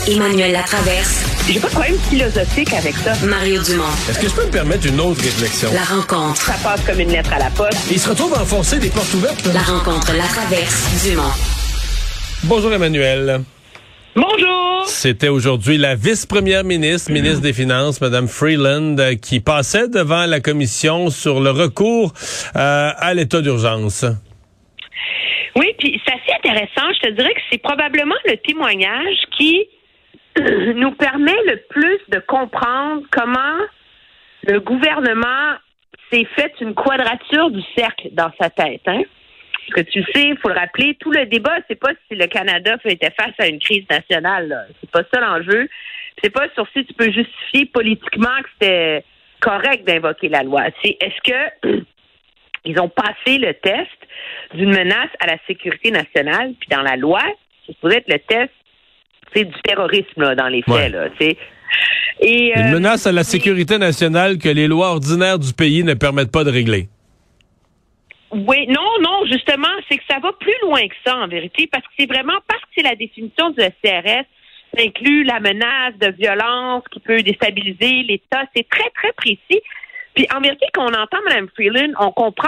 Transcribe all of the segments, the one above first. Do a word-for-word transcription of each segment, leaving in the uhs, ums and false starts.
Emmanuel Latraverse. J'ai pas de problème philosophique avec ça. Mario Dumont. Est-ce que je peux me permettre une autre réflexion? La rencontre. Ça passe comme une lettre à la poste. Il se retrouve à enfoncer des portes ouvertes. Là. La rencontre Latraverse Dumont. Bonjour Emmanuel. Bonjour! C'était aujourd'hui la vice-première ministre, ministre des Finances, Mme Freeland, qui passait devant la commission sur le recours euh, à l'état d'urgence. Oui, puis c'est assez intéressant. Je te dirais que c'est probablement le témoignage qui nous permet le plus de comprendre comment le gouvernement s'est fait une quadrature du cercle dans sa tête, hein? Parce que tu le sais, il faut le rappeler, tout le débat, c'est pas si le Canada était face à une crise nationale. Là. C'est pas ça l'enjeu. C'est pas sur si tu peux justifier politiquement que c'était correct d'invoquer la loi. C'est est-ce que ils ont passé le test d'une menace à la sécurité nationale, puis dans la loi, c'est supposé être le test c'est du terrorisme là, dans les faits. Ouais. Là, c'est Et, Une euh, menace à la sécurité nationale que les lois ordinaires du pays ne permettent pas de régler. Oui, non, non, justement, c'est que ça va plus loin que ça, en vérité, parce que c'est vraiment, parce que c'est la définition du S C R S, ça inclut la menace de violence qui peut déstabiliser l'État, c'est très, très précis. Puis, en vérité, quand on entend Mme Freeland, on comprend...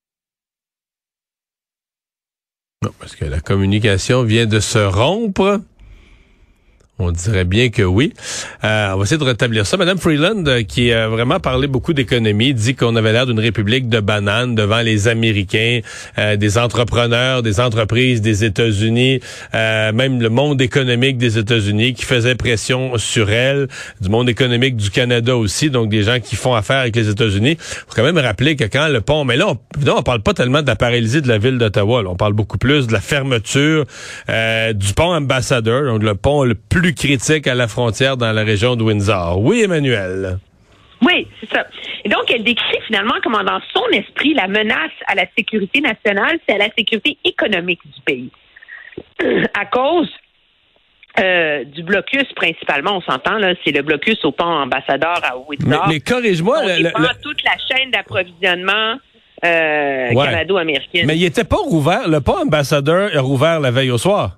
Non, parce que la communication vient de se rompre. On dirait bien que oui. Euh, on va essayer de rétablir ça. Madame Freeland, euh, qui a vraiment parlé beaucoup d'économie, dit qu'on avait l'air d'une république de bananes devant les Américains, euh, des entrepreneurs, des entreprises des États-Unis, euh, même le monde économique des États-Unis qui faisait pression sur elle, du monde économique du Canada aussi, donc des gens qui font affaire avec les États-Unis. Faut quand même rappeler que quand le pont, mais là, on, là, on parle pas tellement de la paralysie de la ville d'Ottawa, là, on parle beaucoup plus de la fermeture euh, du pont Ambassador, donc le pont le plus critique à la frontière dans la région de Windsor. Oui, Emmanuel. Oui, c'est ça. Et donc, elle décrit finalement comment dans son esprit, la menace à la sécurité nationale, c'est à la sécurité économique du pays. À cause euh, du blocus, principalement, on s'entend, là, c'est le blocus au pont Ambassador à Windsor. Mais, mais corrige-moi... On le, dépend le, toute la chaîne d'approvisionnement euh, ouais. canado-américaine. Mais il était pas rouvert. Le pont Ambassador est rouvert la veille au soir.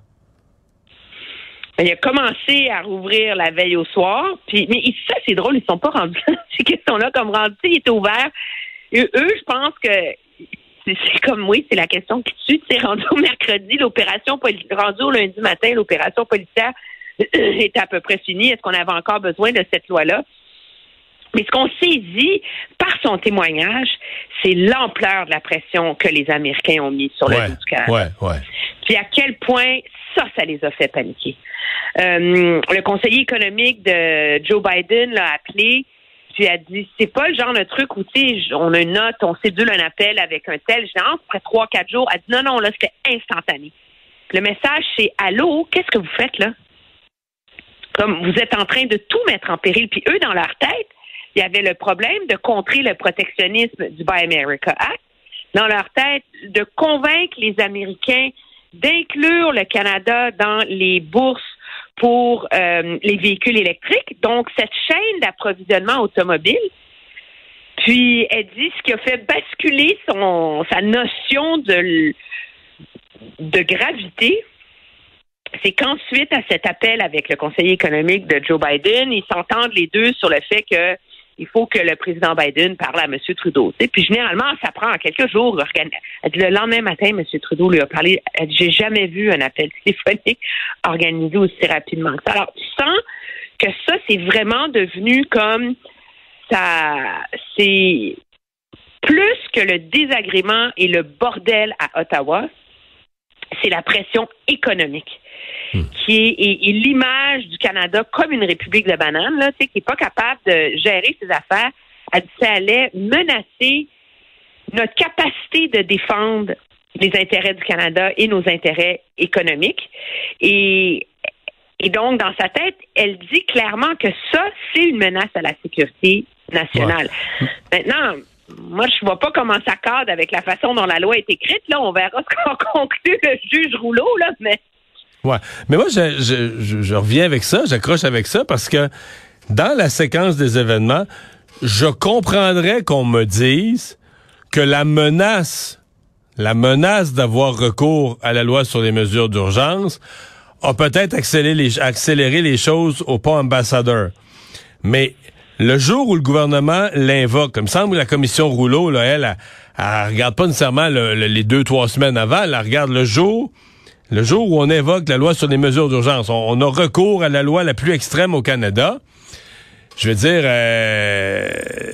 Il a commencé à rouvrir la veille au soir. Puis, mais ça, c'est drôle, ils sont pas rendus ces questions-là comme rendus. Il était ouvert. Et eux, je pense que c'est, c'est comme oui, c'est la question qui tue. C'est rendu au mercredi, l'opération poli- rendu au lundi matin, l'opération policière était à peu près finie. Est-ce qu'on avait encore besoin de cette loi-là? Mais ce qu'on saisit par son témoignage, c'est l'ampleur de la pression que les Américains ont mise sur le ouais, dos du Canada. Ouais, ouais. Puis à quel point ça, ça les a fait paniquer. Euh, le conseiller économique de Joe Biden l'a appelé, puis a dit, c'est pas le genre de truc où, tu sais, on a une note, on cédule un appel avec un tel genre, après trois, quatre jours. Elle dit, non, non, là, c'était instantané. Le message, c'est, allô, qu'est-ce que vous faites, là? Comme vous êtes en train de tout mettre en péril. Puis eux, dans leur tête, il y avait le problème de contrer le protectionnisme du Buy America Act. Dans leur tête, de convaincre les Américains d'inclure le Canada dans les bourses pour euh, les véhicules électriques. Donc, cette chaîne d'approvisionnement automobile. Puis, elle dit ce qui a fait basculer son sa notion de, de gravité, c'est qu'ensuite, à cet appel avec le conseiller économique de Joe Biden, ils s'entendent les deux sur le fait que il faut que le président Biden parle à M. Trudeau. T'sais. Puis généralement, ça prend quelques jours. Elle dit, le lendemain matin, M. Trudeau lui a parlé. Elle dit, j'ai jamais vu un appel téléphonique organisé aussi rapidement que ça. Alors, tu sens que ça, c'est vraiment devenu comme ça. C'est plus que le désagrément et le bordel à Ottawa, c'est la pression économique. Mmh. qui est, est, est l'image du Canada comme une république de bananes, là, tu sais, qui n'est pas capable de gérer ses affaires. Elle dit que ça allait menacer notre capacité de défendre les intérêts du Canada et nos intérêts économiques. Et, et donc, dans sa tête, elle dit clairement que ça, c'est une menace à la sécurité nationale. Ouais. Maintenant, moi, je vois pas comment ça cadre avec la façon dont la loi est écrite. Là, on verra ce qu'on conclut le juge Rouleau, là, mais... Ouais. Mais moi, je, je, je, je reviens avec ça, j'accroche avec ça, parce que dans la séquence des événements, je comprendrais qu'on me dise que la menace, la menace d'avoir recours à la loi sur les mesures d'urgence a peut-être accéléré les, accéléré les choses au pont Ambassadeur. Mais le jour où le gouvernement l'invoque, il me semble que la commission Rouleau, là, elle, elle, elle regarde pas nécessairement le, le, les deux, trois semaines avant, elle regarde le jour, le jour où on invoque la loi sur les mesures d'urgence. On, on a recours à la loi la plus extrême au Canada. Je veux dire, euh,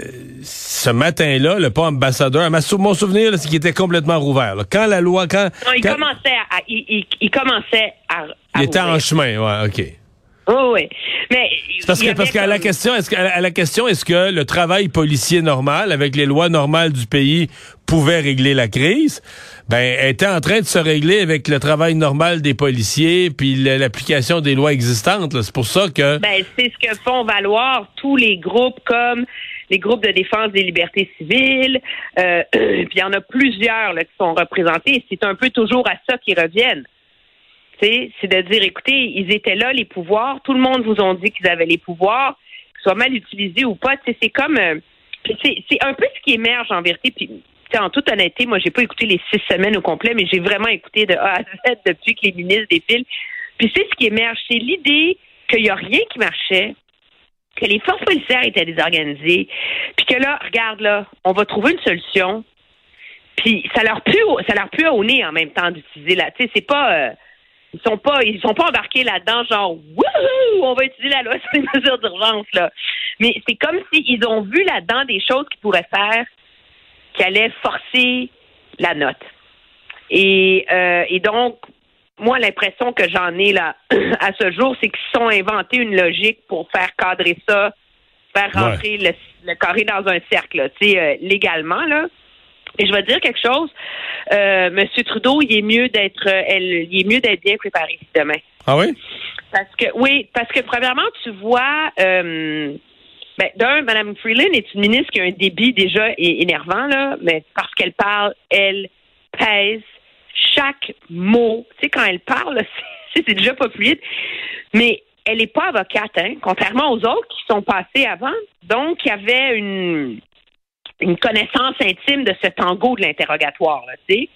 ce matin-là, le pont Ambassadeur, à ma, mon souvenir, là, c'est qu'il était complètement rouvert. Là. Quand la loi, quand... Non, il quand, commençait à... Il, il, il commençait à, à Il était rouvrir. en chemin, ouais, OK. Oh, oui, mais... C'est parce que, parce qu'à comme... la question, est-ce que, à la question, est-ce que le travail policier normal, avec les lois normales du pays, pouvait régler la crise? Ben, était en train de se régler avec le travail normal des policiers puis l'application des lois existantes. Là. C'est pour ça que... Ben, c'est ce que font valoir tous les groupes comme les groupes de défense des libertés civiles. Euh, puis il y en a plusieurs là, qui sont représentés. Et c'est un peu toujours à ça qu'ils reviennent. T'sais, c'est de dire, écoutez, ils étaient là, les pouvoirs. Tout le monde vous ont dit qu'ils avaient les pouvoirs, qu'ils soient mal utilisés ou pas. T'sais, c'est comme... Euh, c'est, c'est un peu ce qui émerge en vérité. Puis, en toute honnêteté, moi, j'ai pas écouté les six semaines au complet, mais j'ai vraiment écouté de A à Z depuis que les ministres défilent. Puis c'est ce qui émerge, c'est l'idée qu'il n'y a rien qui marchait, que les forces policières étaient désorganisées, puis que là, regarde là, on va trouver une solution. Puis ça leur pue, ça leur pue au nez en même temps d'utiliser la. Tu sais, c'est pas, euh, ils sont pas, ils sont pas embarqués là-dedans, genre wouhou, on va utiliser la loi sur les mesures d'urgence là. Mais c'est comme s'ils ont vu là-dedans des choses qu'ils pourraient faire qui allait forcer la note. Et, euh, et donc, moi, l'impression que j'en ai là à ce jour, c'est qu'ils se sont inventés une logique pour faire cadrer ça, faire rentrer ouais. le, le carré dans un cercle, tu sais, euh, légalement, là. Et je vais te dire quelque chose, euh, M. Trudeau, il est mieux d'être, euh, elle, il est mieux d'être bien préparé demain. Ah oui? Parce que, oui, parce que premièrement, tu vois, euh, Ben, d'un, Mme Freeland est une ministre qui a un débit déjà énervant, là, mais parce qu'elle parle, elle pèse chaque mot. Tu sais, quand elle parle, c'est, c'est déjà pas fluide. Mais elle n'est pas avocate, hein, contrairement aux autres qui sont passés avant. Donc, il y avait une, une connaissance intime de ce tango de l'interrogatoire, là, tu sais.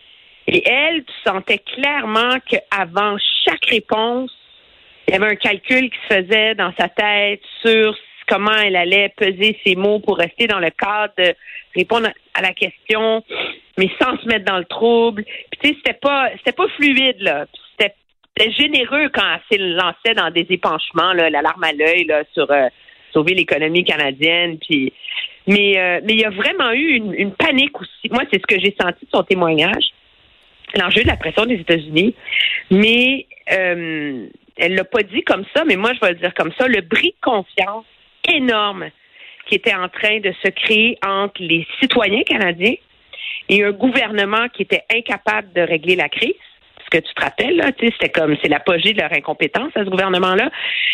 Et elle, tu sentais clairement qu'avant chaque réponse, il y avait un calcul qui se faisait dans sa tête sur comment elle allait peser ses mots pour rester dans le cadre de répondre à la question, mais sans se mettre dans le trouble. Puis tu sais, c'était pas c'était pas fluide, là. C'était, c'était généreux quand elle se lançait dans des épanchements, là, la larme à l'œil, là, sur euh, sauver l'économie canadienne. Puis mais euh, mais il y a vraiment eu une, une panique aussi. Moi, c'est ce que j'ai senti de son témoignage. L'enjeu de la pression des États-Unis. Mais euh, elle l'a pas dit comme ça, mais moi, je vais le dire comme ça. Le bris de confiance énorme qui était en train de se créer entre les citoyens canadiens et un gouvernement qui était incapable de régler la crise. Ce que tu te rappelles, là, tu sais, c'était comme, c'est l'apogée de leur incompétence à ce gouvernement-là.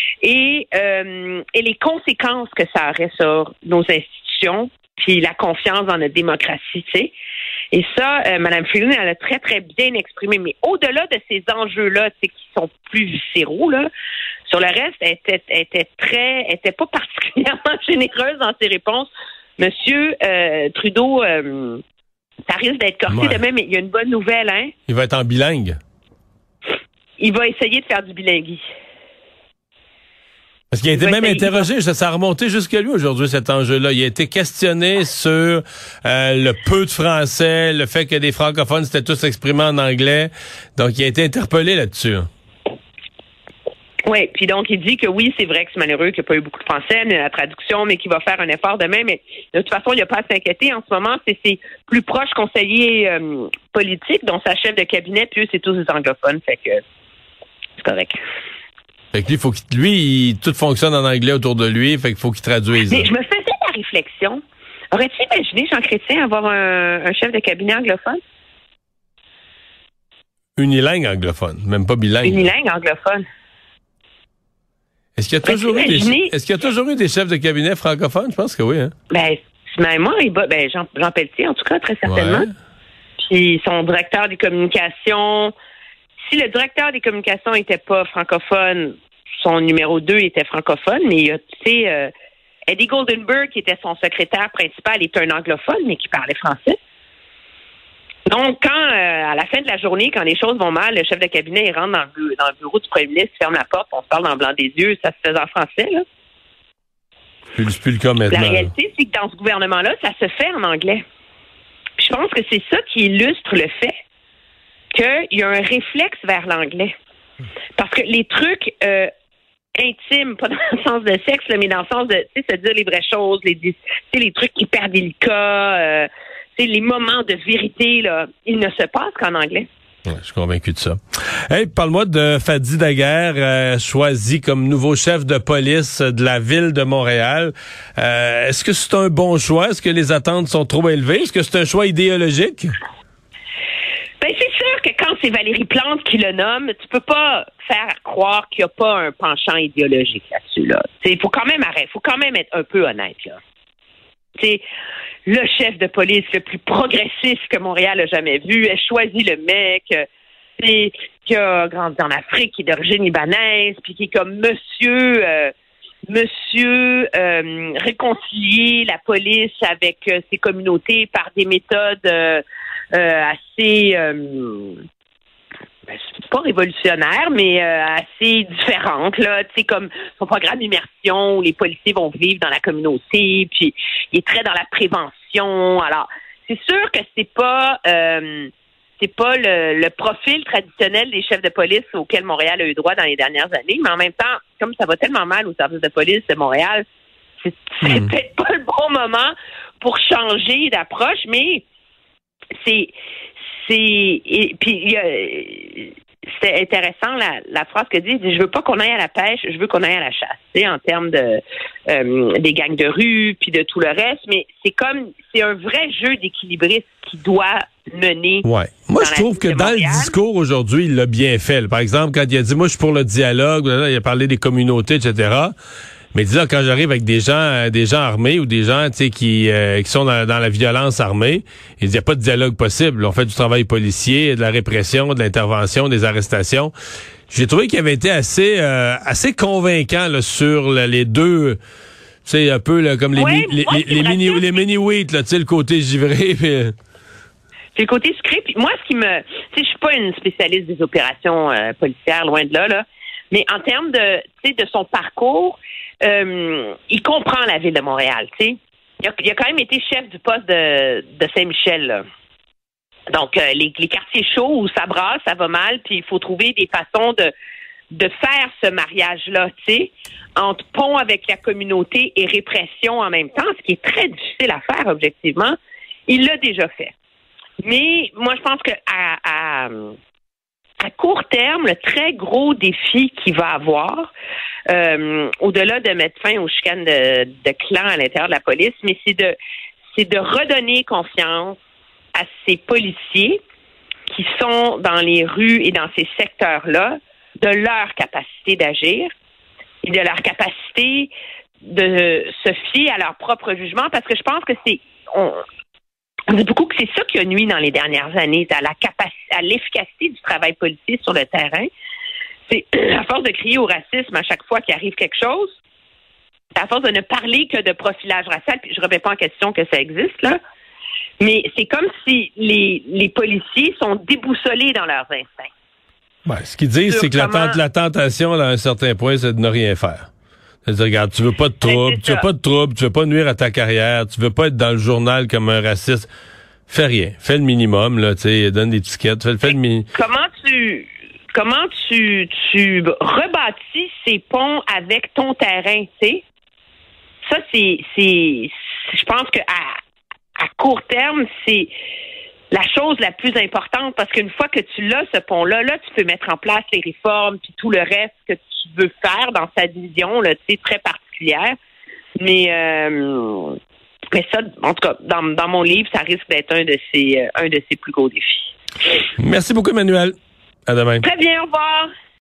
Et, euh, et les conséquences que ça aurait sur nos institutions, puis la confiance dans notre démocratie, tu sais. Et ça, euh, Mme Freeland, elle a très, très bien exprimé. Mais au-delà de ces enjeux-là, tu sais, qui sont plus viscéraux, là, sur le reste, elle était, elle était très, elle était pas particulièrement généreuse dans ses réponses. Monsieur euh, Trudeau, euh, ça risque d'être corsé ouais. demain, mais il y a une bonne nouvelle, hein? Il va être en bilingue. Il va essayer de faire du bilingue. Parce qu'il a été même interrogé, ça, ça a remonté jusqu'à lui aujourd'hui, cet enjeu-là. Il a été questionné sur euh, le peu de français, le fait que des francophones s'étaient tous exprimés en anglais. Donc, il a été interpellé là-dessus. Oui, puis donc, il dit que oui, c'est vrai que c'est malheureux qu'il n'y a pas eu beaucoup de français, mais la traduction, mais qu'il va faire un effort demain. Mais de toute façon, il n'y a pas à s'inquiéter. En ce moment, c'est ses plus proches conseillers euh, politiques, dont sa chef de cabinet, puis eux, c'est tous des anglophones. Fait que c'est correct. Fait que lui, faut qu'il, lui, il, tout fonctionne en anglais autour de lui, fait qu'il faut qu'il traduise. Mais je me faisais la réflexion. Aurais-tu imaginé, Jean Chrétien, avoir un, un chef de cabinet anglophone? Unilingue anglophone, même pas bilingue. Unilingue anglophone. Est-ce qu'il y a toujours eu des, est-ce qu'il y a toujours eu des chefs de cabinet francophones? Je pense que oui, hein? Ben, ben moi, il va, ben, Jean, Jean Pelletier, en tout cas, très certainement. Ouais. Puis son directeur des communications. Si le directeur des communications n'était pas francophone, son numéro deux était francophone, mais il y a, tu sais, euh, Eddie Goldenberg, qui était son secrétaire principal, était un anglophone, mais qui parlait français. Donc, quand, euh, à la fin de la journée, quand les choses vont mal, le chef de cabinet, il rentre dans le, bureau, dans le bureau du premier ministre, ferme la porte, on se parle dans le blanc des yeux, ça se fait en français, là. C'est plus, plus le cas maintenant. La réalité, c'est que dans ce gouvernement-là, ça se fait en anglais. Puis je pense que c'est ça qui illustre le fait qu'il y a un réflexe vers l'anglais. Parce que les trucs euh, intimes, pas dans le sens de sexe, là, mais dans le sens de, tu sais, se dire les vraies choses, les, les trucs hyper délicats, euh, les moments de vérité, là, ils ne se passent qu'en anglais. Ouais, je suis convaincu de ça. Hey, parle-moi de Fadi Daguerre, euh, choisi comme nouveau chef de police de la ville de Montréal. Euh, est-ce que c'est un bon choix? Est-ce que les attentes sont trop élevées? Est-ce que c'est un choix idéologique? Ben, c'est sûr que quand c'est Valérie Plante qui le nomme, tu peux pas faire croire qu'il n'y a pas un penchant idéologique là-dessus, là. Il faut quand même arrêter, faut quand même être un peu honnête, là. C'est le chef de police le plus progressiste que Montréal a jamais vu. Elle choisit le mec c'est, qui a grandi en Afrique, qui est d'origine libanaise, puis qui est comme monsieur, euh, monsieur euh, réconcilier la police avec euh, ses communautés par des méthodes euh, euh, assez... Euh, c'est pas révolutionnaire, mais euh, assez différente, là. Tu sais, comme son programme d'immersion où les policiers vont vivre dans la communauté, puis il est très dans la prévention. Alors, c'est sûr que c'est pas euh, c'est pas le, le profil traditionnel des chefs de police auquel Montréal a eu droit dans les dernières années, mais en même temps, comme ça va tellement mal au service de police de Montréal, c'est, c'est mmh. peut-être pas le bon moment pour changer d'approche, mais c'est C'est et puis il y a, c'est intéressant la, la phrase que dit, dit je veux pas qu'on aille à la pêche, je veux qu'on aille à la chasse, tu sais, en termes de euh, des gangs de rue puis de tout le reste, mais c'est comme c'est un vrai jeu d'équilibriste qui doit mener. Ouais. Moi je trouve que dans le discours aujourd'hui, il l'a bien fait. Par exemple, quand il a dit moi je suis pour le dialogue, il a parlé des communautés, et cetera. Mais disons, quand j'arrive avec des gens des gens armés ou des gens tu sais qui euh, qui sont dans, dans la violence armée, il n'y a pas de dialogue possible. On fait du travail policier, de la répression, de l'intervention, des arrestations. J'ai trouvé qu'il avait été assez euh, assez convaincant là, sur là, les deux, tu sais, un peu là, comme les ouais, mi, moi, les, les, les mini les mini wheat là, tu sais, le côté givré. Puis... C'est le côté sucré. Puis moi, ce qui me, tu sais, je suis pas une spécialiste des opérations euh, policières, loin de là, là. Mais en termes de, tu sais, de son parcours. Euh, il comprend la ville de Montréal, tu sais. Il a, il a quand même été chef du poste de, de Saint-Michel, là. Donc, euh, les, les quartiers chauds où ça brasse, ça va mal, puis il faut trouver des façons de, de faire ce mariage-là, tu sais, entre pont avec la communauté et répression en même temps, ce qui est très difficile à faire, objectivement. Il l'a déjà fait. Mais moi, je pense que à, à À court terme, le très gros défi qu'il va avoir, euh, au-delà de mettre fin aux chicanes de, de clans à l'intérieur de la police, mais c'est de c'est de redonner confiance à ces policiers qui sont dans les rues et dans ces secteurs-là, de leur capacité d'agir et de leur capacité de se fier à leur propre jugement, parce que je pense que c'est... On, On dit beaucoup que c'est ça qui a nuit dans les dernières années, à la capacité, à l'efficacité du travail policier sur le terrain. C'est à force de crier au racisme à chaque fois qu'il arrive quelque chose, à force de ne parler que de profilage racial, puis je ne remets pas en question que ça existe, là, mais c'est comme si les, les policiers sont déboussolés dans leurs instincts. Ouais, ce qu'ils disent, sur c'est que comment... la, la tentation, à un certain point, c'est de ne rien faire. C'est-à-dire, regarde, tu veux pas de trouble, tu veux pas de trouble, tu veux pas nuire à ta carrière, tu veux pas être dans le journal comme un raciste. Fais rien. Fais le minimum, là, tu sais, donne des tickets, fais, fais le minimum. Comment tu, comment tu, tu rebâtis ces ponts avec ton terrain, tu sais? Ça, c'est, c'est, je pense que à, à court terme, c'est la chose la plus importante, parce qu'une fois que tu l'as, ce pont-là, là, tu peux mettre en place les réformes puis tout le reste que tu veux faire dans sa division, là, tu sais, très particulière. Mais, euh, mais ça, en tout cas, dans, dans mon livre, ça risque d'être un de ses, un de ses plus gros défis. Merci beaucoup, Emmanuel. À demain. Très bien, au revoir.